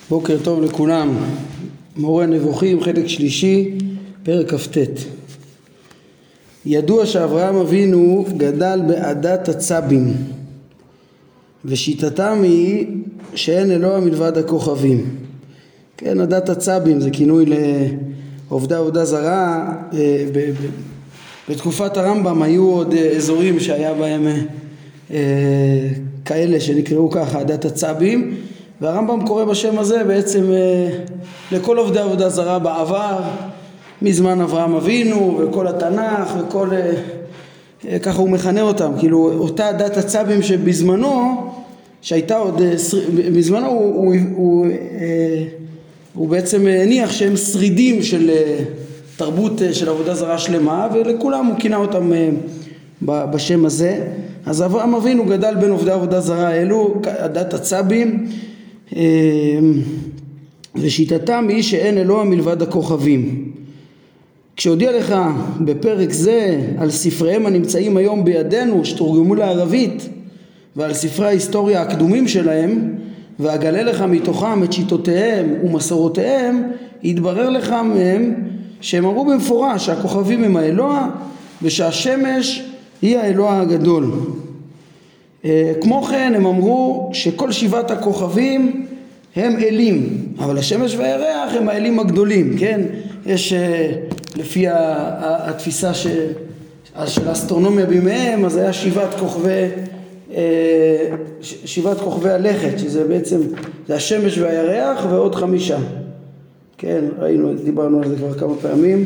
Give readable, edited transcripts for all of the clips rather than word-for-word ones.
בוקר טוב לכולם. מורה נבוכים, חלק שלישי, פרק כ"ט. ידוע שאברהם אבינו גדל בעדת הצבים, ושיטתם היא שאין אלוה מלבד הכוכבים. כן, עדת הצבים זה כינוי לעובדי עבודה זרה. בתקופת הרמב"ם היו עוד אזורים שהיה בהם כאלה שנקראו ככה, עדת הצבים, והרמב"ם קורא בשם הזה בעצם לכל עובדי עבודה זרה בעבר, מזמן אברהם אבינו וכל התנ"ך וכל, ככה הוא מכנה אותם, כאילו אותה עדת הצבים שבזמנו, שהייתה עוד, בזמנו הוא בעצם הניח שהם שרידים של תרבות של עבודה זרה שלמה, ולכולם הוא כינה אותם בשם הזה. אז אברהם אבינו גדל בין עובדי עבודה זרה אלו, עדת הצבים, ושיטתם היא שאין אלוה מלבד הכוכבים. כשהודיע לך בפרק זה על ספריהם הנמצאים היום בידינו שתורגמו לערבית, ועל ספרי ההיסטוריה הקדומים שלהם, ואגלה לך מתוכם את שיטותיהם ומסורותיהם, יתברר לך מהם שהם אמרו במפורש שהכוכבים הם האלוה ושהשמש היא האלוה הגדול. כמו כן הם אמרו שכל שבעת הכוכבים הם אלים, אבל השמש והירח הם האלים הגדולים. כן, יש לפי התפיסה של האסטרונומיה בימיהם, אז היה שבעת כוכבי הלכת, שזה בעצם זה השמש והירח ועוד 5. כן, ראינו, דיברנו על זה כבר כמה פעמים.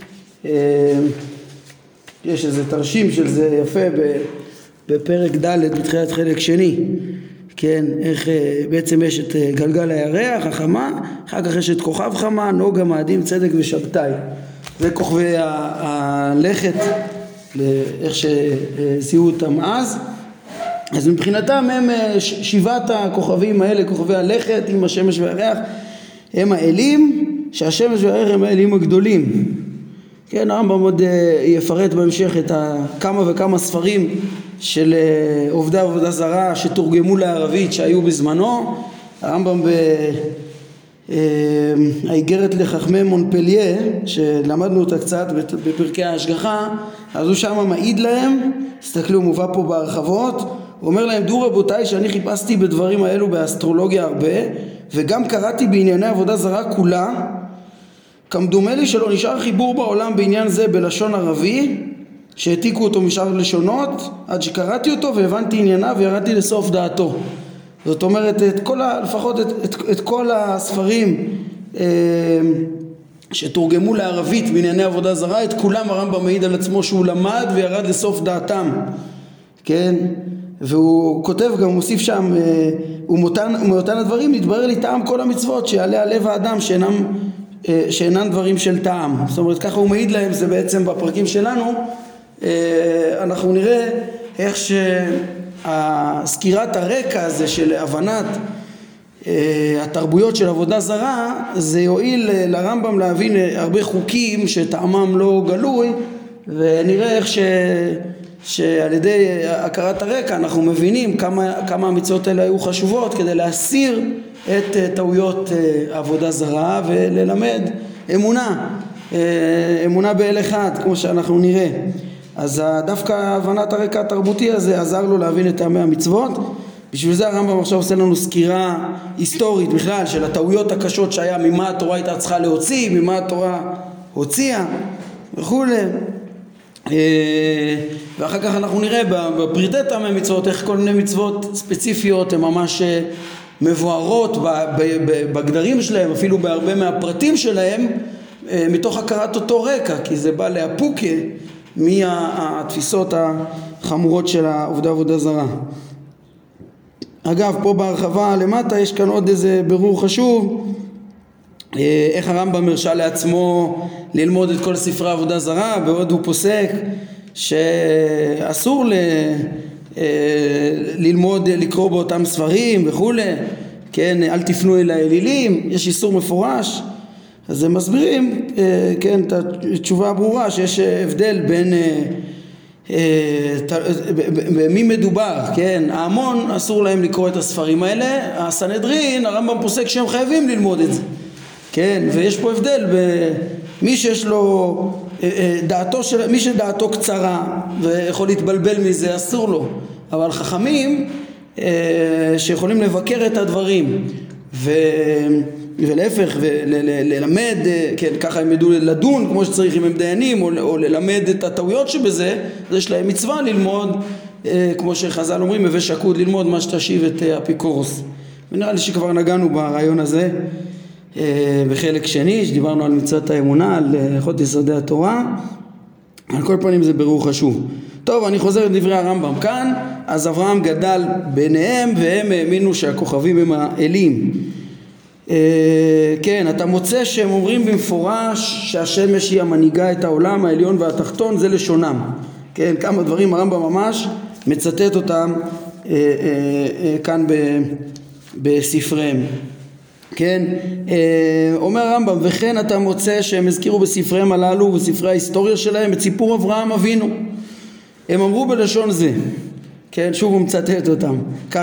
יש איזה תרשים של זה יפה בפרק ד' בתחילת חלק שני. כן, איך בעצם יש את גלגל הירח, החמה, אחר כך יש את כוכב חמה, נוגה, מאדים, צדק ושבתאי. זה כוכבי הלכת, איך שזיהו אותם אז. אז מבחינתם הם שבעת הכוכבים האלה, כוכבי הלכת עם השמש והירח, הם האלים, שהשמש והירח הם האלים הגדולים. כן, הרמב"ם עוד יפרט בהמשך את כמה וכמה ספרים של עובדי עבודה זרה שתורגמו לערבית שהיו בזמנו. הרמב"ם האיגרת לחכמי מונפליה, שלמדנו אותה קצת בפרקי ההשגחה, אז הוא שם מעיד להם, תסתכלו, מובא פה בהרחבות, הוא אומר להם: דעו רבותיי שאני חיפשתי בדברים האלו באסטרולוגיה הרבה, וגם קראתי בענייני עבודה זרה כולה, כמדומה לי שלא נשאר חיבור בעולם בעניין זה בלשון ערבי, שהעתיקו אותו משאר לשונות, עד שקראתי אותו והבנתי ענייניו וירדתי לסוף דעתו. זאת אומרת, לפחות את כל הספרים שתורגמו לערבית בענייני עבודה זרה, את כולם הרמב"ם מעיד על עצמו שהוא למד וירד לסוף דעתם. כן? והוא כותב גם, מוסיף שם, ומאותן הדברים נתברר לי טעם כל המצוות שיעלה על לב האדם שאינן דברים של טעם. זאת אומרת, ככה הוא מעיד להם. זה בעצם בפרקים שלנו אנחנו נראה איך שהסקירת הרקע הזה של הבנת התרבויות של עבודה זרה, זה יועיל לרמב"ם להבין הרבה חוקים שטעמם לא גלוי, ונראה איך שעל ידי הכרת הרקע אנחנו מבינים כמה המצוות האלה היו חשובות כדי להסיר את טעויות עבודה זרה וללמד אמונה באל אחד, כמו שאנחנו נראה. אז דווקא הבנת הרקע התרבותי הזה עזר לו להבין את טעמי המצוות. בשביל זה הרמב"ם עכשיו עושה לנו סקירה היסטורית בכלל של הטעויות הקשות שהיה, ממה התורה הייתה צריכה להוציא, ממה התורה הוציאה וכו'. ואחר כך אנחנו נראה בפרטי טעמי מצוות איך כל מיני מצוות ספציפיות הן ממש מבוארות בגדרים שלהם, אפילו בהרבה מהפרטים שלהם, מתוך הכרת אותו רקע, כי זה בא להפוקה מהתפיסות החמורות של עובדי עבודה זרה. אגב, פה בהרחבה למטה יש כאן עוד איזה ברור חשוב, איך הרמב"ם הרשה לעצמו ללמוד את כל ספרי עבודה זרה, בעוד הוא פוסק שאסור ללמוד, לקרוא באותם ספרים וכו'. כן, אל תפנו אל האלילים, יש איסור מפורש. אז הם מסבירים, כן, את התשובה הברורה שיש הבדל בין במי מדובר, כן? ההמון אסור להם לקרוא את הספרים האלה, הסנהדרין, הרמב"ם פוסק שהם חייבים ללמוד את זה, כן? ויש פה הבדל במי שיש לו מי שדעתו קצרה ויכול להתבלבל מזה, אסור לו, אבל חכמים שיכולים לבקר את הדברים ולהפך וללמד, כן, ככה הם ידעו לדון כמו שצריך אם הם דיינים, או ללמד את הטעויות שבזה, אז יש להם מצווה ללמוד, כמו שחז"ל אומרים, הווה שקוד, ללמוד מה שתשיב את אפיקורוס. ונראה לי שכבר נגענו ברעיון הזה בחלק שני, שדיברנו על מצוות האמונה, על הלכות יסודי התורה. על כל פנים זה ברור חשוב. טוב, אני חוזר לדברי הרמב"ם כאן. אז אברהם גדל ביניהם והם האמינו שהכוכבים הם האלים. כן, אתה מוצא שהם אומרים במפורש שהשמש היא המנהיגה את העולם העליון והתחתון, זה לשונם. כן, כמה דברים הרמב"ם ממש מצטט אותם כאן בספריהם. כן, אומר הרמב"ם, וכן אתה מוצא שהם הזכירו בספריהם הללו ובספרי ההיסטוריה שלהם את סיפור אברהם אבינו. הם אמרו בלשון זה, כן, שוב הוא מצטט אותם,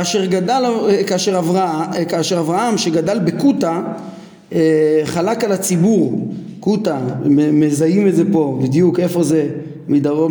כאשר אברהם שגדל בקוטה חלק על הציבור, קוטה, מזהים את זה פה בדיוק איפה זה, מדרום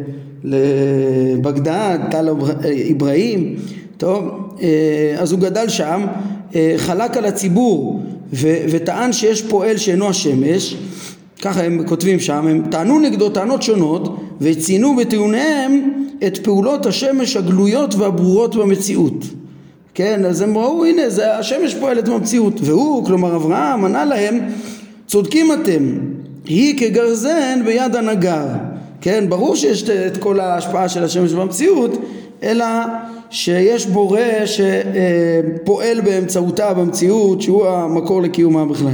לבגדד, תל אברהים, טוב, אז הוא גדל שם, חלק על הציבור וטען שיש פועל שאינו השמש, ככה הם כותבים שם, הם טענו נגדו טענות שונות וציינו בטיעוניהם את פעולות השמש הגלויות והברורות במציאות. כן, אז הם ראו, הנה, זה השמש פועלת במציאות, והוא, כלומר אברהם, ענה להם, צודקים אתם, היא כגרזן ביד הנגר. כן, ברור שיש את כל ההשפעה של השמש במציאות, אלא שיש בורא שפועל באמצעותה במציאות, שהוא המקור לקיומה בכלל.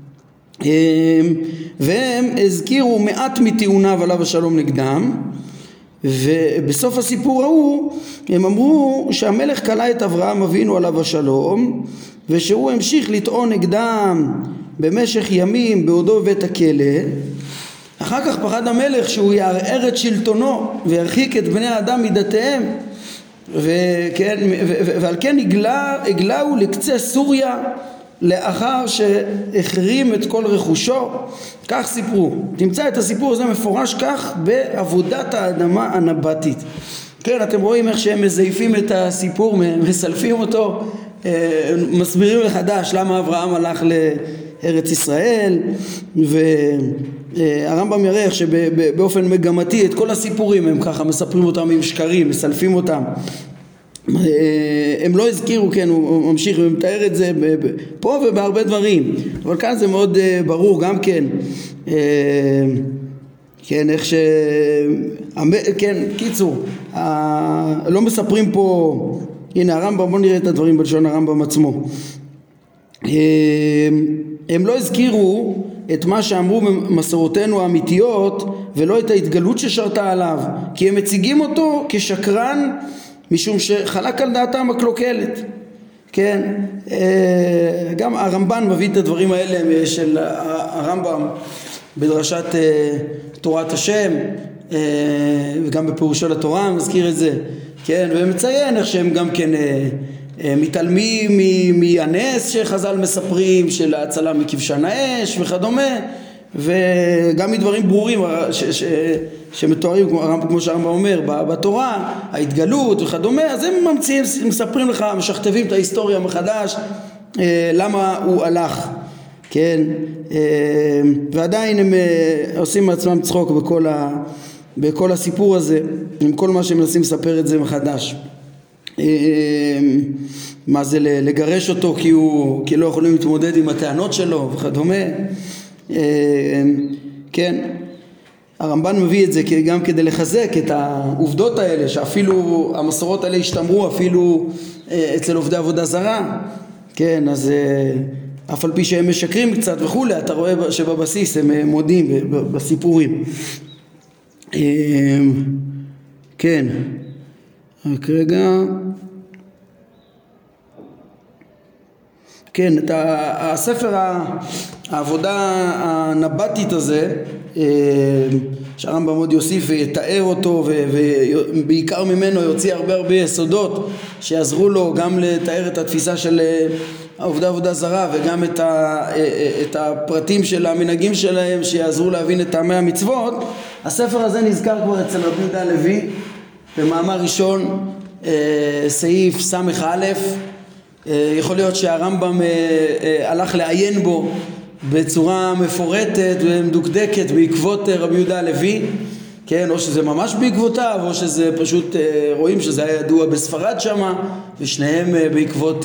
והם הזכירו מעט מטיעוניו עליו השלום נגדם, ובסוף הסיפור ההוא הם אמרו שהמלך קלה את אברהם אבינו עליו השלום, ושהוא המשיך לטעון נגדם במשך ימים בעודו בבית הכלא. אחר כך פחד המלך שהוא יערער את שלטונו וירחיק את בני האדם מדתיהם, ועל כן הגלהו לקצה סוריה לאחר שהחרים את כל רכושו. כך סיפרו, תמצא את הסיפור הזה מפורש כך בעבודת האדמה הנבטית. כן, אתם רואים איך שהם מזייפים את הסיפור, מסלפים אותו, מסבירים לחדש למה אברהם הלך לארץ ישראל, והרמב"ם יראה איך שבאופן מגמתי את כל הסיפורים הם ככה מספרים אותם עם שקרים, מסלפים אותם. הם לא הזכירו, כן, הוא ממשיך ומתאר את זה פה ובהרבה דברים, אבל כאן זה מאוד ברור גם כן, כן, איך כן, קיצור, לא מספרים פה, הנה הרמב"ם, בוא נראה את הדברים בלשון הרמב"ם עצמו. הם לא הזכירו את מה שאמרו במסורותינו האמיתיות ולא את ההתגלות ששרתה עליו, כי הם מציגים אותו כשקרן משום שחלק על דעתם הקלוקלת. כן, גם הרמב"ן מביא את הדברים האלה של הרמב"ם בדרשת תורת השם, וגם בפירושו לתורה מזכיר את זה, כן, ומציין איך שהם גם כן מתעלמים מהנס שחז"ל מספרים של ההצלה מכבשן האש וכדומה, וגם מדברים ברורים שמתוארים כמו שהרמב"ם אומר בתורה, ההתגלות וכדומה, אז הם ממציאים, מספרים לך, משכתבים את ההיסטוריה מחדש, למה הוא הלך, כן, ועדיין הם עושים מעצמם צחוק בכל הסיפור הזה, עם כל מה שהם מנסים לספר את זה מחדש. מה זה לגרש אותו כי לא יכולים להתמודד עם הטענות שלו וכדומה. כן, הרמב"ן מביא את זה גם כדי לחזק את העובדות האלה, שאפילו המסורות האלה השתמרו אפילו אצל עובדי עבודה זרה. כן, אז אף על פי שהם משקרים קצת וכולי, אתה רואה שבבסיס הם מודים בסיפורים. כן, רק רגע. כן, את הספר העבודה הנבטית הזה, שהרמב"ם עוד יוסיף ויתאר אותו, ובעיקר ממנו יוציא הרבה יסודות שיעזרו לו גם לתאר את התפיסה של עבודה זרה, וגם את הפרטים של המנהגים שלהם שיעזרו להבין את טעמי המצוות. הספר הזה נזכר כבר אצל רבי יהודה הלוי במאמר ראשון, סעיף ס"א. יכול להיות שהרמב"ם הלך לעיין בו בצורה מפורטת ומדוקדקת בעקבות רבי יהודה הלוי, כן, או שזה ממש בעקבותיו, או שזה פשוט רואים שזה היה ידוע בספרד שמה, ושניהם בעקבות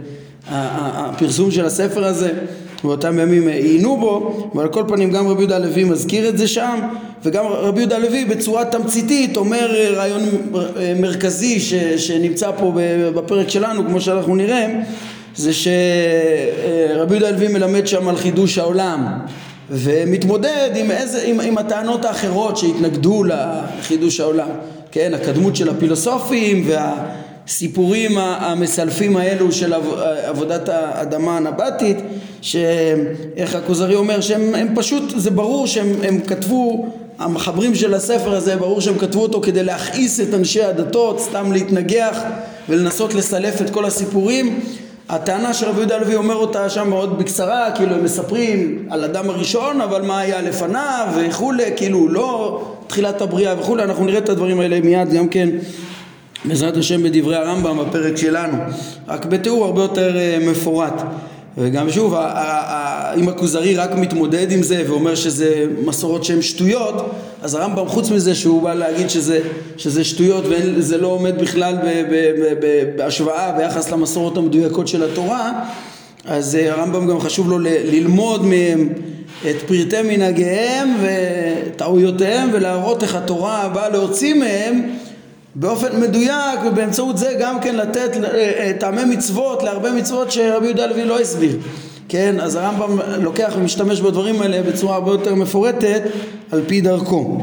הפרסום של הספר הזה באותם ימים עיינו בו. אבל על כל פנים גם רבי יהודה הלוי מזכיר את זה שם, וגם רבי יהודה הלוי בצורה תמציתית אומר רעיון מרכזי שנמצא פה בפרק שלנו, כמו שאנחנו נראה, זה שרבי יהודה הלוי מלמד שם על חידוש העולם, ומתמודד עם הטענות האחרות שהתנגדו לחידוש העולם, כן, הקדמות של הפילוסופים והסיפורים המסלפים האלו של עבודת האדמה הנבטית, שאיך הכוזרי אומר שהם פשוט, זה ברור שהם כתבו, המחברים של הספר הזה, ברור שהם כתבו אותו כדי להכעיס את אנשי הדתות, סתם להתנגח ולנסות לסלף את כל הסיפורים. הטענה של רבי יהודה הלוי אומר אותה שם מאוד בקצרה, כאילו הם מספרים על אדם הראשון, אבל מה היה לפניו וכולי, כאילו לא תחילת הבריאה וכולי. אנחנו נראה את הדברים האלה מיד גם כן בעזרת השם בדברי הרמב"ם בפרק שלנו, רק בתיאור הרבה יותר מפורט. וגם שוב, אם הכוזרי רק מתמודד עם זה ואומר שזה מסורות שהן שטויות, אז הרמב"ם חוץ מזה שהוא בא להגיד שזה שטויות וזה לא עומד בכלל בהשוואה ביחס למסורות המדויקות של התורה, אז הרמב"ם גם חשוב לו ללמוד מהם את פרטי מנהגיהם וטעויותיהם, ולהראות איך התורה באה להוציא מהם באופן מדויק, ובאמצעות זה גם כן לתת טעמי מצוות להרבה מצוות שרבי יהודה הלוי לא הסביר. כן, אז הרמב"ם לוקח ומשתמש בדברים האלה בצורה הרבה יותר מפורטת על פי דרכו.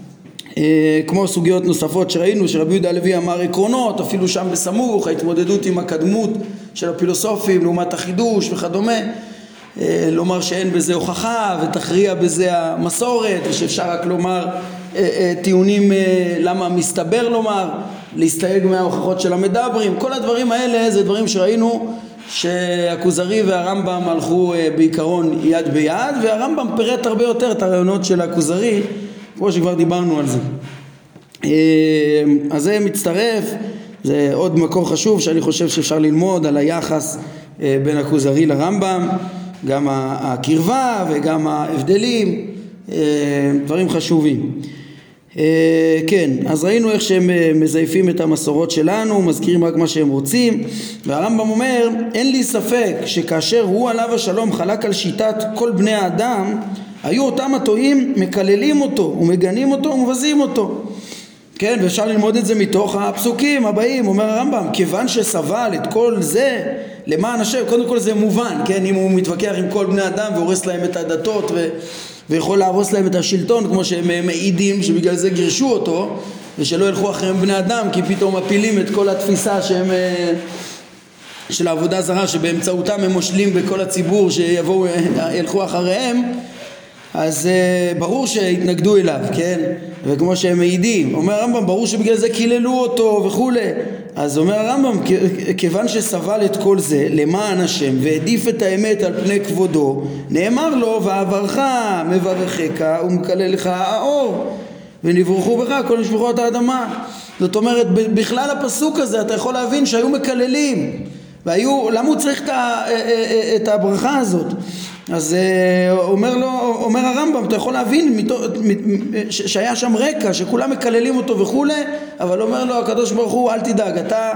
כמו סוגיות נוספות שראינו שרבי יהודה הלוי אמר עקרונות, אפילו שם בסמוך, ההתמודדות עם הקדמות של הפילוסופים לעומת החידוש וכדומה, לומר שאין בזה הוכחה ותכריע בזה המסורת, ושאפשר רק לומר טיעונים למה מסתבר לומר, להסתייג מההוכחות של המדברים. כל הדברים האלה זה דברים שראינו שהכוזרי והרמב"ם הלכו בעיקרון יד ביד, והרמב"ם פירט הרבה יותר את הרעיונות של הכוזרי, כמו שכבר דיברנו על זה. אז זה מצטרף, זה עוד מקור חשוב שאני חושב שאפשר ללמוד על היחס בין הכוזרי לרמב"ם, גם הקרבה וגם ההבדלים, דברים חשובים. כן, אז ראינו איך שהם מזייפים את המסורות שלנו, מזכירים רק מה שהם רוצים, והרמב"ם אומר, אין לי ספק שכאשר הוא עליו השלום חלק על שיטת כל בני האדם, היו אותם הטועים מקללים אותו ומגנים אותו ומבזים אותו. כן, ואפשר ללמוד את זה מתוך הפסוקים הבאים. אומר הרמב"ם, כיוון שסבל את כל זה למען השם, קודם כל זה מובן, כן, אם הוא מתווכח עם כל בני אדם והורס להם את הדתות ויכול להרוס להם את השלטון, כמו שהם מעידים שבגלל זה גירשו אותו, ושלא ילכו אחריהם בני אדם, כי פתאום מפילים את כל התפיסה שהם של העבודה זרה, שבאמצעותם הם מושלים בכל הציבור שיבואו, ילכו אחריהם, אז ברור שהתנגדו אליו, כן? וכמו שהם מעידים, אומר הרמב"ם, ברור שבגלל זה קיללו אותו וכולי. אז אומר הרמב"ם, כיוון שסבל את כל זה למען השם והעדיף את האמת על פני כבודו, נאמר לו, ועברך מברכך ומקלל לך האור ונברכו בך כל משפחות האדמה. זאת אומרת, בכלל הפסוק הזה אתה יכול להבין שהיו מקללים, למה הוא צריך את הברכה הזאת? אז אומר הרמב"ם, אתה יכול להבין שהיה שם רקע שכולם מקללים אותו וכולי, אבל אומר לו הקדוש ברוך הוא, אל תדאג, אתה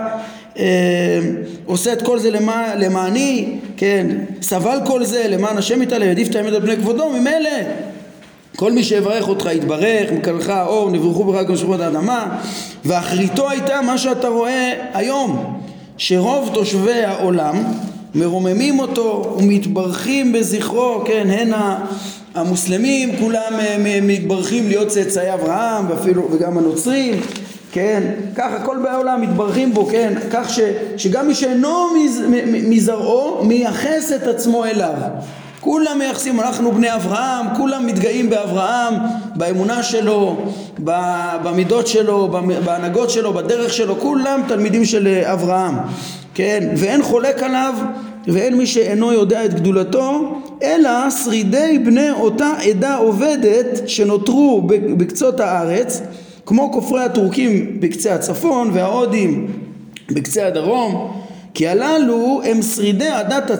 עושה את כל זה למעני, כן, סבל כל זה למען השם יתעלה, העדיף את האמת על פני כבודו, ממילא כל מי שיברך אותך יתברך, מקללך האור, נברכו בך כל משפחות האדמה. ואחריתו הייתה מה שאתה רואה היום, שרוב תושבי העולם מרוממים אותו ומתברכים בזכרו, כן, הן המוסלמים כולם מתברכים להיות צאצאי אברהם, ואפילו וגם הנוצרים, כן, ככה כל בעולם מתברכים בו, כן, כך שגם מי שאינו מזרעו מייחס את עצמו אליו. כולם מייחסים, אנחנו בני אברהם, כולם מתגאים באברהם, באמונה שלו, במידות שלו, בהנהגות שלו, בדרך שלו, כולם תלמידים של אברהם, כן, ואין חולק עליו ואין מי שאינו יודע את גדולתו, אלא שרידי בני אותה עדה עובדת שנותרו בקצות הארץ, כמו כופרי הטורקים בקצה הצפון וההודים בקצה הדרום, כי הללו הם שרידי עדת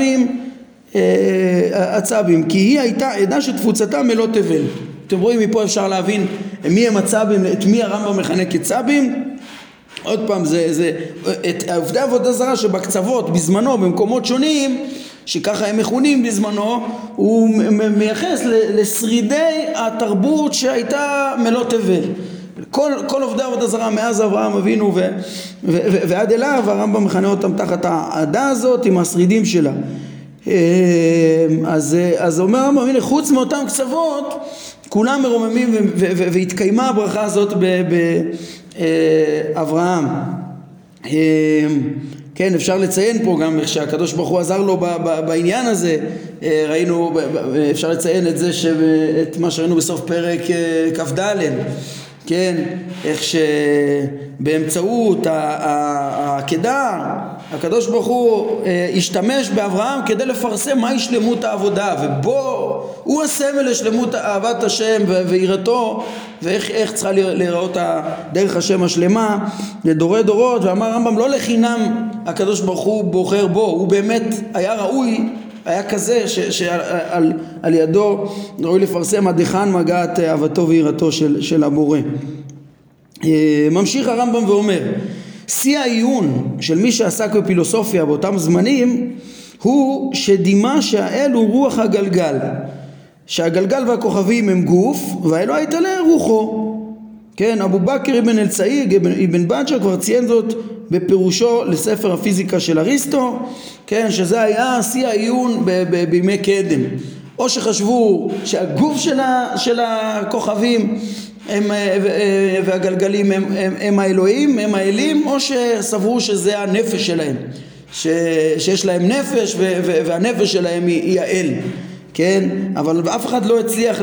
הצבים, כי היא הייתה עדה שתפוצתה מלוא תבל. אתם רואים, מפה אפשר להבין מי הם הצבים, את מי הרמב"ם מכנה כצבים. עוד פעם, זה את עובדי עבודה זרה שבקצוות בזמנו במקומות שונים, שככה הם מכונים בזמנו, הוא מייחס לשרידי התרבות שהייתה מלוא תבל. כל עובדי עבודה זרה מאז אברהם אבינו ועד אליו, הרמב"ם מכנה אותם תחת העדה הזאת עם השרידים שלה. אז אומר הרמב"ם, הנה, חוץ מאותם קצוות כולם מרוממים והתקיימה הברכה הזאת באברהם. כן, אפשר לציין פה גם איך שהקדוש ברוך הוא עזר לו בעניין הזה. ראינו, אפשר לציין את זה, את מה שראינו בסוף פרק כ"ד, כן, איך שבאמצעות העקדה הקדוש ברוך הוא השתמש באברהם כדי לפרסם מהי שלמות העבודה, ובו הוא הסמל לשלמות אהבת השם ויראתו, ואיך צריכה להיראות דרך השם השלמה לדורי דורות. ואמר הרמב"ם, לא לחינם הקדוש ברוך הוא בוחר בו, הוא באמת היה ראוי, היה כזה שעל ידו ראוי לפרסם עד היכן מגעת אהבתו ויראתו של הבורא. ממשיך הרמב"ם ואומר, שיא העיון של מי שעסק בפילוסופיה באותם זמנים הוא שדימה שהאל הוא רוח הגלגל, שהגלגל והכוכבים הם גוף והאלוה יתעלה רוחו. כן, אבו בכר אבן אל-צאיג אבן בג'ה כבר ציין זאת בפירושו לספר הפיזיקה של אריסטו, כן, שזה היה שיא העיון בימי קדם. או שחשבו שהגוף של הכוכבים והגלגלים הם האלוהים, הם האלים, או שסברו שזה הנפש שלהם, שיש להם נפש והנפש שלהם היא האל, כן? אבל אף אחד לא הצליח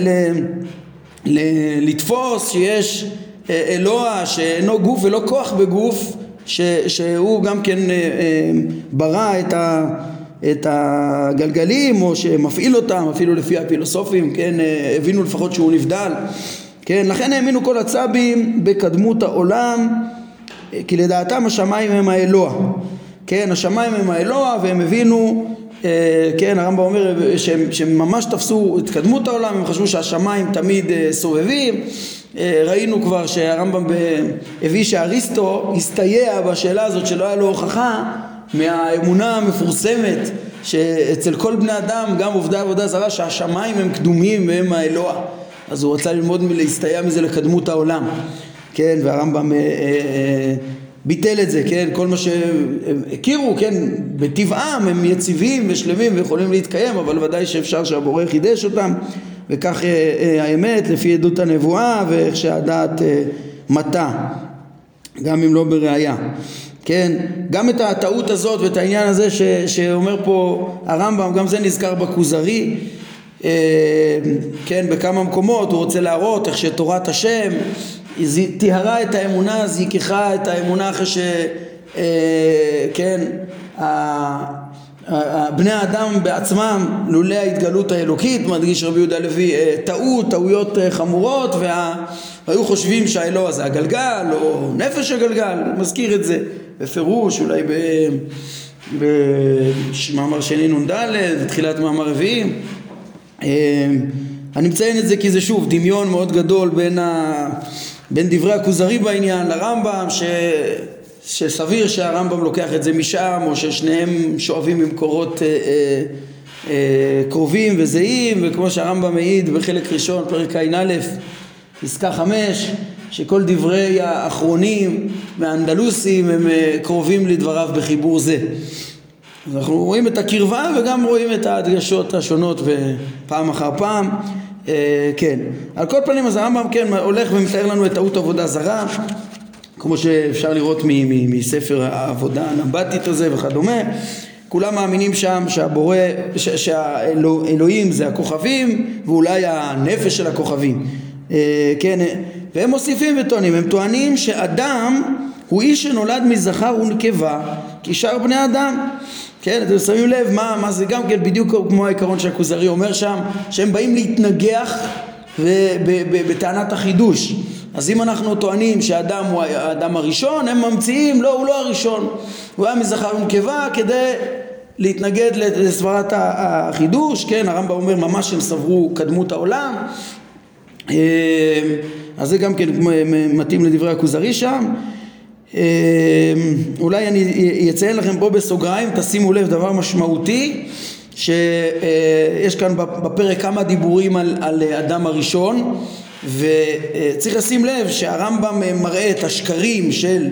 לתפוס שיש אלוה שאינו גוף ולא כוח בגוף, שהוא גם כן ברא את הגלגלים, או שמפעיל אותם, אפילו לפי הפילוסופים, כן, הבינו לפחות שהוא נבדל, כן, לכן האמינו כל הצבים בקדמות העולם, כי לדעתם השמיים הם האלוה, כן, השמיים הם האלוה, והם הבינו, כן, הרמב"ם אומר שהם ממש תפסו את קדמות העולם, הם חשבו שהשמיים תמיד סובבים. ראינו כבר שהרמב"ם הביא שאריסטו הסתייע בשאלה הזאת שלא היה לו הוכחה מהאמונה המפורסמת שאצל כל בני אדם, גם עובדי עבודה זרה, שהשמיים הם קדומים והם האלוה, אז הוא רצה ללמוד להסתייע מזה לקדמות העולם, כן, והרמב"ם ביטל את זה, כן, כל מה שהכירו, כן, בטבעם הם יציבים ושלמים ויכולים להתקיים, אבל ודאי שאפשר שהבורא חידש אותם, וכך האמת לפי עדות הנבואה ואיך שהדעת מתה, גם אם לא בראיה. כן, גם את הטעות הזאת ואת העניין הזה שאומר פה הרמב"ם, גם זה נזכר בכוזרי, כן, בכמה מקומות הוא רוצה להראות איך שתורת השם תיהרה את האמונה, זיככה את האמונה אחרי כן, בני האדם בעצמם לולא ההתגלות האלוקית, מדגיש רבי יהודה הלוי, טעויות חמורות, והיו חושבים שהאלוה זה הגלגל או נפש הגלגל, מזכיר את זה בפירוש אולי במאמר שני נ"ד, תחילת מאמר רביעי. אני מציין את זה כי זה שוב דמיון מאוד גדול בין דברי הכוזרי בעניין לרמב"ם, שסביר שהרמב"ם לוקח את זה משם, או ששניהם שואבים ממקורות קרובים וזהים, וכמו שהרמב"ם מעיד בחלק ראשון פרק ע"א פסקה 5, שכל דברי האחרונים מהאנדלוסים הם קרובים לדבריו בחיבור זה. אז אנחנו רואים את הקרבה וגם רואים את ההדגשות השונות פעם אחר פעם, כן, על כל פנים אז הרמב"ם כן הולך ומתאר לנו את טעות עבודה זרה, כמו שאפשר לראות מספר העבודה הנבטית הזה וכדומה. כולם מאמינים שם שהבורא, שהאלוהים זה הכוכבים ואולי הנפש של הכוכבים, כן, והם מוסיפים וטוענים, הם טוענים שאדם הוא איש שנולד מזכר ונקבה כשאר בני אדם. כן, אתם שמים לב מה זה גם כן בדיוק כמו העיקרון שהכוזרי אומר שם, שהם באים להתנגח בטענת החידוש. אז אם אנחנו טוענים שהאדם הוא האדם הראשון, הם ממציאים, לא, הוא לא הראשון, הוא היה מזכר ונקבה כדי להתנגד לסברת החידוש. כן, הרמב"ם אומר ממש הם סברו קדמות העולם, אז זה גם כן מתאים לדברי הכוזרי שם. אולי אני אציין לכם פה בסוגריים, תשימו לב דבר משמעותי, שיש כאן בפרק כמה דיבורים על אדם הראשון, וצריך לשים לב שהרמב"ם מראה את השקרים של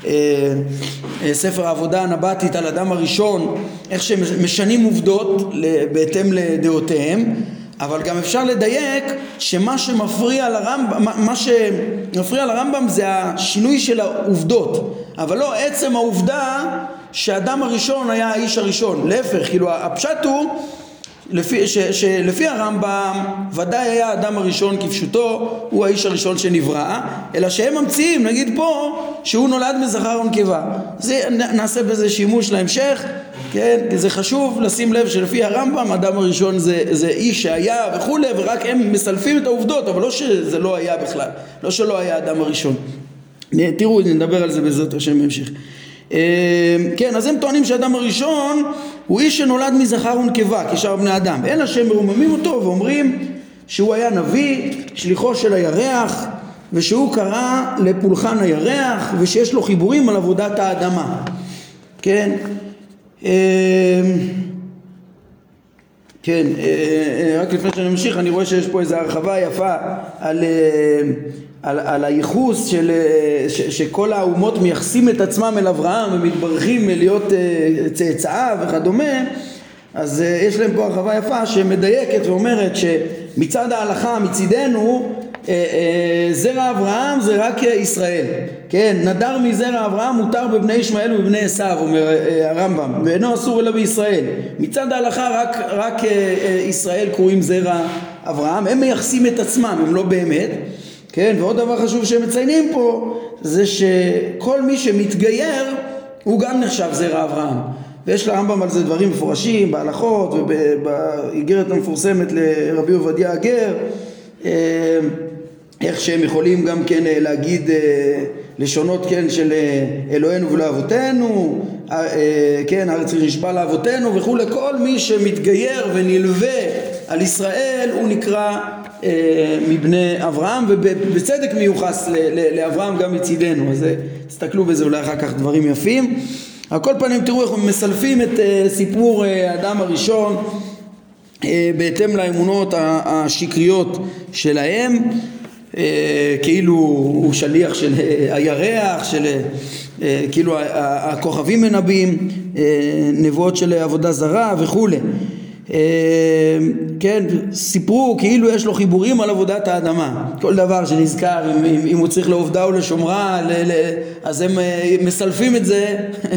ספר העבודה הנבטית על אדם הראשון, איך שהם משנים עובדות בהתאם לדעותיהם, אבל גם אפשר לדייק שמה שמפריע לרמב"ם זה השינוי של העובדות, אבל לא עצם העובדה שהאדם הראשון היה האיש הראשון. להפך, כאילו הפשט הוא שלפי הרמב"ם ודאי היה האדם הראשון כפשוטו, הוא האיש הראשון שנברא, אלא שהם ממציאים, נגיד פה, שהוא נולד מזכר ונקבה. נעשה בזה שימוש להמשך, כן? זה חשוב לשים לב שלפי הרמב"ם האדם הראשון זה איש שהיה וכו', ורק הם מסלפים את העובדות, אבל לא שזה לא היה בכלל, לא שלא היה האדם הראשון. תראו, נדבר על זה בעזרת השם בהמשך. כן, אז הם טוענים שהאדם הראשון הוא איש שנולד מזכר ונקבה כשאר בני אדם, אלא שהם מרוממים אותו ואומרים שהוא היה נביא, שליחו של הירח, ושהוא קרא לפולחן הירח, ושיש לו חיבורים על עבודת האדמה. כן, כן, רק לפני שאני ממשיך, אני רואה שיש פה איזו הרחבה יפה על הייחוס שכל האומות מייחסים את עצמם אל אברהם ומתברכים להיות צאצאיו וכדומה. אז יש להם פה הרחבה יפה שמדייקת ואומרת שמצד ההלכה, מצידנו, זרע אברהם זה רק ישראל. כן, נדר מזרע אברהם מותר בבני ישמעאל ובבני עשיו, אומר הרמב"ם, ואינו אסור אלא בישראל. מצד ההלכה רק ישראל קוראים זרע אברהם, הם מייחסים את עצמם, הם לא באמת. כן, ועוד דבר חשוב שהם מציינים פה זה שכל מי שמתגייר הוא גם נחשב זרע אברהם, ויש לרמב"ם על זה דברים מפורשים בהלכות ובאיגרת המפורסמת לרבי עובדיה הגר, איך שהם יכולים גם כן להגיד לשונות, כן, של אלוהינו ולא אבותינו, כן, הארץ נשבע לאבותינו וכו'. כל מי שמתגייר ונלווה על ישראל הוא נקרא מבני אברהם, ובצדק מיוחס לאברהם גם מצידנו. אז תסתכלו בזה אולי אחר כך דברים יפים. על כל פנים תראו איך הם מסלפים את סיפור האדם הראשון בהתאם לאמונות השקריות שלהם, כאילו הוא שליח של הירח, של כאילו הכוכבים מנבאים, נבואות של עבודה זרה וכו'. כן, סיפרו כאילו יש לו חיבורים על עבודת האדמה, כל דבר שנזכר, אם הוא צריך לעובדה או לשומרה, אז הם מסלפים את זה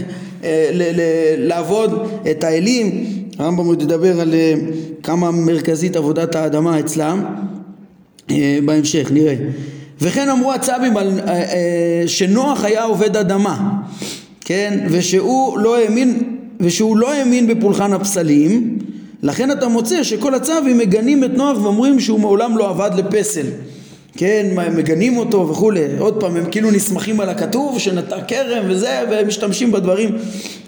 לעבוד את האלים. הרמב"ם ידבר על כמה מרכזית עבודת האדמה אצלם בהמשך, נראה. וכן אמרו הצבים שנוח היה עובד אדמה, כן, ושהוא לא האמין בפולחן הפסלים, לכן אתה מוצא שכל הצבים מגנים את נוח ואומרים שהוא מעולם לא עבד לפסל. כן, מגנים אותו וכו'. עוד פעם, הם כאילו נסמכים על הכתוב שנטע כרם וזה, והם משתמשים בדברים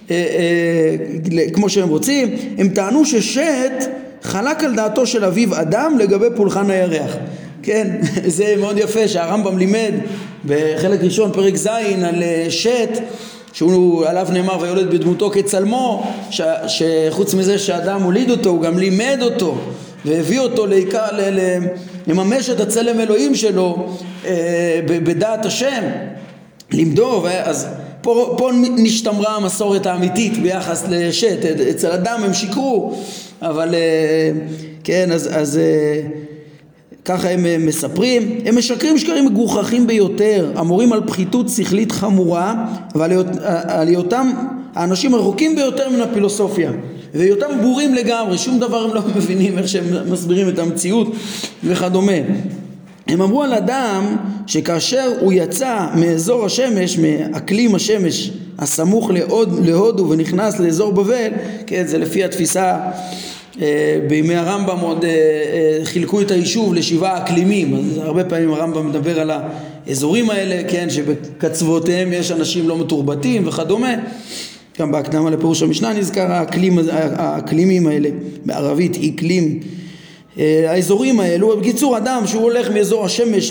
כמו שהם רוצים. הם טענו ששת חלק על דעתו של אביו אדם לגבי פולחן הירח. כן, זה מאוד יפה שהרמב"ם לימד בחלק ראשון פרק ז' על שת, שהוא עליו נאמר ויולד בדמותו כצלמו, שחוץ מזה שהאדם הוליד אותו הוא גם לימד אותו והביא אותו לממש את הצלם אלוהים שלו בדעת השם, לימדו. אז פה נשתמרה המסורת האמיתית ביחס לשת. אצל אדם הם שיקרו, אבל כן, אז ככה הם מספרים. הם משקרים שקרים מגוחכים ביותר, אמורים על פחיתות שכלית חמורה, ועל היותם האנשים הרחוקים ביותר מן הפילוסופיה, והיותם בורים לגמרי, שום דבר הם לא מבינים איך שהם מסבירים את המציאות וכדומה. הם אמרו על אדם שכאשר הוא יצא מאזור השמש, מאקלים השמש הסמוך להודו ונכנס לאזור בבל, כן, זה לפי התפיסה, בימי הרמב"ם עוד חילקו את היישוב לשבעה אקלימים, אז הרבה פעמים הרמב"ם מדבר על האזורים האלה, כן, שבקצוותיהם יש אנשים לא מתורבתים וכדומה. גם בהקדמה לפירוש המשנה נזכר האקלימים האלה, בערבית אקלים, האזורים האלו. בקיצור, אדם שהוא הולך מאזור השמש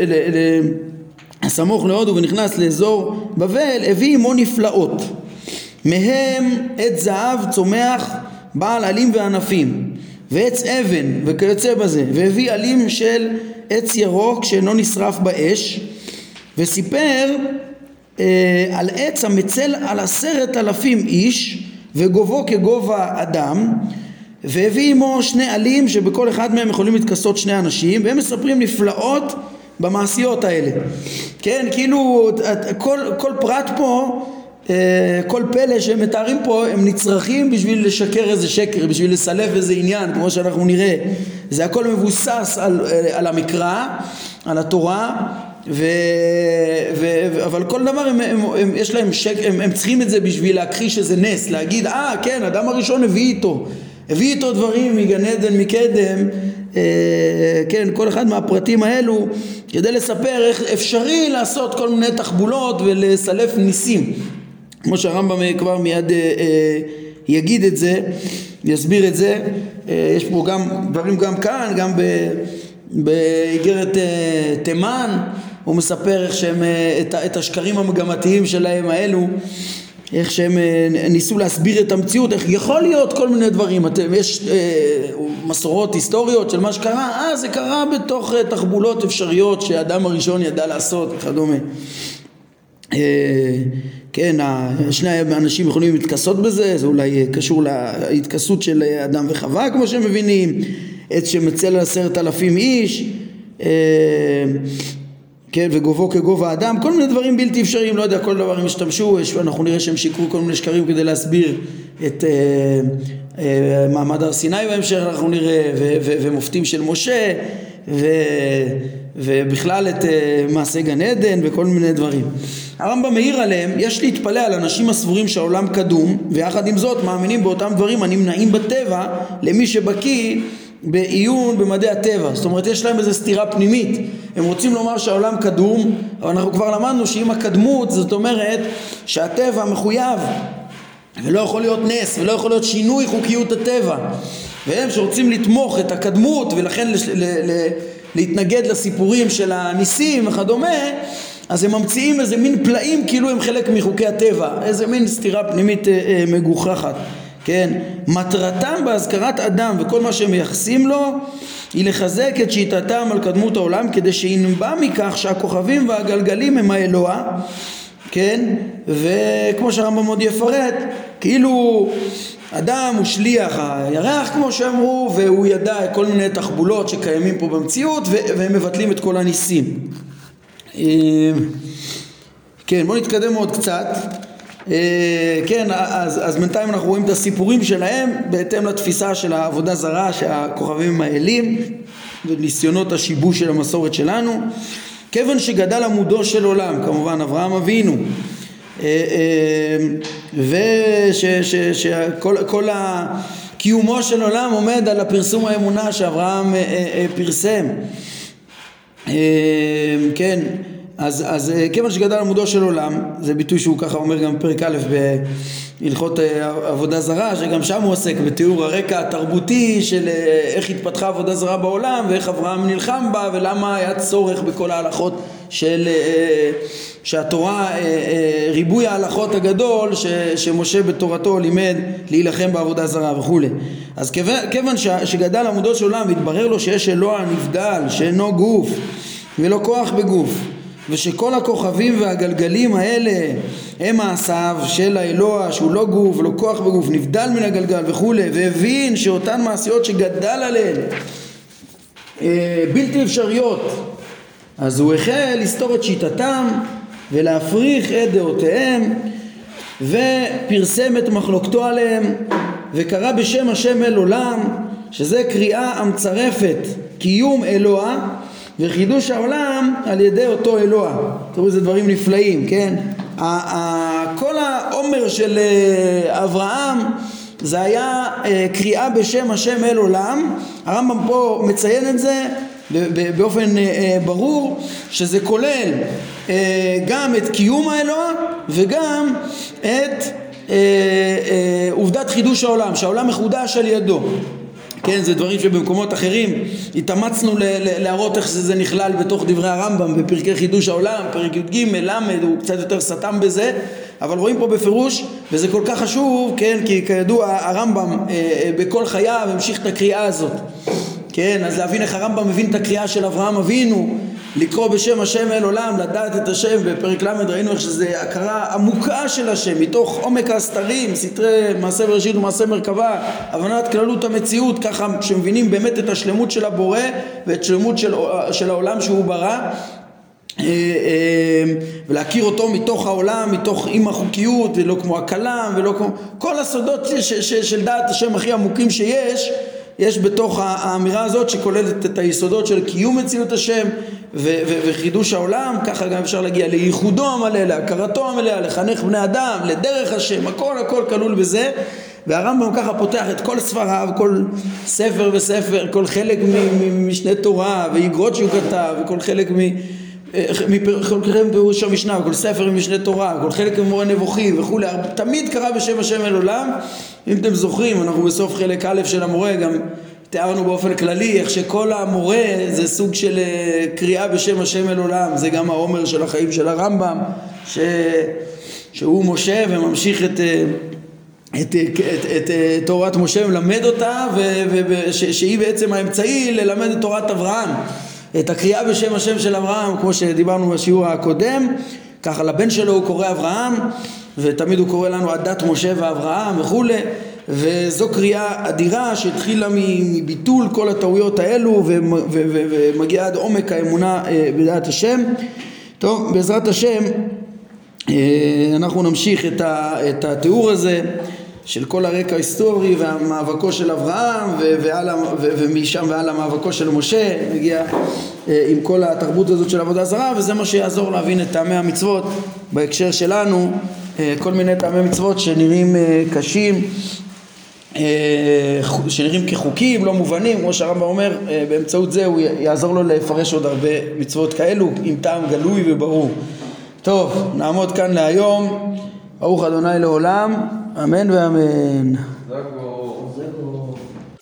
הסמוך להודו ונכנס לאזור בבל, הביא עמו נפלאות, מהם עץ זהב צומח בעל עלים וענפים, ועץ אבן וכיוצא בזה, והביא עלים של עץ ירוק שאינו נשרף באש, וסיפר על עץ המצל על 10,000 איש וגובו כגובה אדם, והביא עמו 2 עלים שבכל אחד מהם יכולים להתכסות 2 אנשים, והם מספרים נפלאות במעשיות האלה. כן, כאילו כל פרט פה, כל פלא שהם מתארים פה, הם נצרכים בשביל לשקר איזה שקר, בשביל לסלף איזה עניין, כמו שאנחנו נראה. זה הכל מבוסס על המקרא, על התורה, אבל כל דבר יש להם הם צריכים את זה בשביל להכחיש איזה נס, להגיד כן, האדם הראשון הביא איתו דברים מגן עדן מקדם, כן, כל אחד מהפרטים האלו כדי לספר איך אפשרי לעשות כל מיני תחבולות ולסלף ניסים, כמו שהרמב"ם כבר מיד יגיד את זה, יסביר את זה. יש פה גם דברים גם כאן, גם באיגרת תימן הוא מספר איך שהם את השקרים המגמתיים שלהם האלו, איך שהם ניסו להסביר את המציאות, איך יכול להיות כל מיני דברים. יש מסורות היסטוריות של מה שקרה, זה קרה בתוך תחבולות אפשריות שהאדם הראשון ידע לעשות וכדומה. כן, שני אנשים יכולים להתכסות בזה, זה אולי קשור להתכסות של אדם וחווה כמו שהם מבינים, עץ שמצל על 10,000 איש, כן, וגובו כגובה אדם, כל מיני דברים בלתי אפשריים, לא יודע, כל דבר הם השתמשו, אנחנו נראה שהם שיקרו כל מיני שקרים כדי להסביר את מעמד הר סיני בהמשך, אנחנו נראה, ומופתים של משה, ובכלל את מעשה גן עדן וכל מיני דברים. הרמב"ם מעיר עליהם, יש להתפלא על אנשים הסבורים שהעולם קדום, ויחד עם זאת מאמינים באותם דברים הנמנעים בטבע, למי שבקיא בעיון במדעי הטבע. זאת אומרת, יש להם איזו סתירה פנימית, הם רוצים לומר שהעולם קדום, אבל אנחנו כבר למדנו שאם הקדמות, זאת אומרת שהטבע מחויב, ולא יכול להיות נס, ולא יכול להיות שינוי חוקיות הטבע, והם שרוצים לתמוך את הקדמות ולכן להתנגד לסיפורים של הניסים וכדומה, אז הם ממציאים איזה מין פלאים כאילו הם חלק מחוקי הטבע, איזה מין סתירה פנימית מגוחכת. כן, מטרתם בהזכרת אדם וכל מה שהם מייחסים לו היא לחזק את שיטתם על קדמות העולם, כדי שינבע מכך שהכוכבים והגלגלים הם האלוה, כן, וכמו שהרמב"ם עוד יפרט, כאילו אדם הוא שליח הירח כמו שאמרו, והוא ידע כל מיני תחבולות שקיימים פה במציאות, והם מבטלים את כל הניסים. כן, בואו נתקדם עוד קצת. כן, אז בינתיים אנחנו רואים את הסיפורים שלהם בהתאם לתפיסה של העבודה זרה, שהכוכבים האלים וניסיונות השיבוש של המסורת שלנו. כיוון שגדל עמודו של עולם, כמובן אברהם אבינו, ושכל קיומו של עולם עומד על הפרסום האמונה שאברהם פרסם. כן, אז כיוון שגדל עמודו של עולם, זה ביטוי שהוא ככה אומר גם פרק א' בהלכות עבודה זרה, שגם שם הוא עוסק בתיאור הרקע התרבותי של איך התפתחה עבודה זרה בעולם, ואיך אברהם נלחם בה, ולמה היה צורך בכל ההלכות של שהתורה, ריבוי ההלכות הגדול שמשה בתורתו לימד להילחם בעבודה זרה וכו'. אז כיוון שגדל עמודו של עולם והתברר לו שיש אלוה נבדל שאינו גוף ולא כוח בגוף, ושכל הכוכבים והגלגלים האלה הם מעשיו של האלוה שהוא לא גוף ולא כוח בגוף, נבדל מן הגלגל וכו', והבין שאותן מעשיות שגדל עליהן בלתי אפשריות. אז הוא החל לסתור את שיטתם ולהפריך את דעותיהם, ופרסם את מחלוקתו עליהם, וקרא בשם השם אל עולם, שזה קריאה המצרפת קיום אלוה וחידוש העולם על ידי אותו אלוה. תראו, זה דברים נפלאים, כן? כל העומר של אברהם זה היה קריאה בשם השם אל עולם. הרמב"ם פה מציין את זה באופן ברור, שזה כולל גם את קיום האלוה וגם את עובדת חידוש העולם, שהעולם מחודש על ידו. כן, זה דברים שבמקומות אחרים התאמצנו להראות איך זה נכלל בתוך דברי הרמב"ם בפרקי חידוש העולם, פרק י"ג, למד, הוא קצת יותר סתם בזה, אבל רואים פה בפירוש, וזה כל כך חשוב, כן, כי כידוע הרמב"ם בכל חייו המשיך את הקריאה הזאת. כן, אז להבין איך הרמב"ם מבין את הקריאה של אברהם אבינו, לקרוא בשם השם אל עולם, לדעת את השם. בפרק למד ראינו איך שזה הכרה עמוקה של השם, מתוך עומק הסתרים, סתרי מעשה בראשית ומעשה מרכבה, הבנת כללות המציאות, ככה שמבינים באמת את השלמות של הבורא ואת שלמות של העולם שהוא ברא, ולהכיר אותו מתוך העולם, מתוך עם החוקיות, ולא כמו הכלם, ולא כמו כל הסודות של דעת השם הכי עמוקים שיש, יש בתוך האמירה הזאת שכוללת את היסודות של קיום מציאות השם וחידוש העולם. ככה גם אפשר להגיע לייחודו המלא, להכרתו המלאה, לחנך בני אדם לדרך השם, הכל כלול בזה. והרמב"ם ככה פותח את כל ספריו, כל ספר וספר, כל חלק משנה תורה ואיגרות שהוא כתב, וכל חלק מפירוש המשנה, כל ספר ממשנה תורה, כל חלק ממורה נבוכים וכו', תמיד קרא בשם השם אל עולם. אם אתם זוכרים, אנחנו בסוף חלק א' של המורה גם תיארנו באופן כללי איך שכל המורה זה סוג של קריאה בשם השם אל עולם. זה גם העומר של החיים של הרמב"ם, שהוא משה וממשיך את תורת משה, מלמד אותה, שהיא בעצם האמצעי ללמד את תורת אברהם. את הקריאה בשם השם של אברהם, כמו שדיברנו בשיעור הקודם, ככה לבן שלו הוא קורא אברהם, ותמיד הוא קורא לנו עדת משה ואברהם וכו'. וזו קריאה אדירה שהתחילה מביטול כל הטעויות האלו ומגיעה עד עומק האמונה בדעת השם. טוב, בעזרת השם אנחנו נמשיך את התיאור הזה של כל הרקע ההיסטורי והמאבקו של אברהם ומשם ועל המאבקו של משה, נגיע עם כל התרבות הזאת של עבודה זרה, וזה מה שיעזור להבין את טעמי המצוות בהקשר שלנו, כל מיני טעמי מצוות שנראים קשים, שנראים כחוקים, לא מובנים, כמו שהרמב"ם אומר, באמצעות זה הוא יעזור לו לפרש עוד הרבה מצוות כאלו עם טעם גלוי וברור. טוב, נעמוד כאן להיום. ברוך ה' לעולם, אמן ואמן.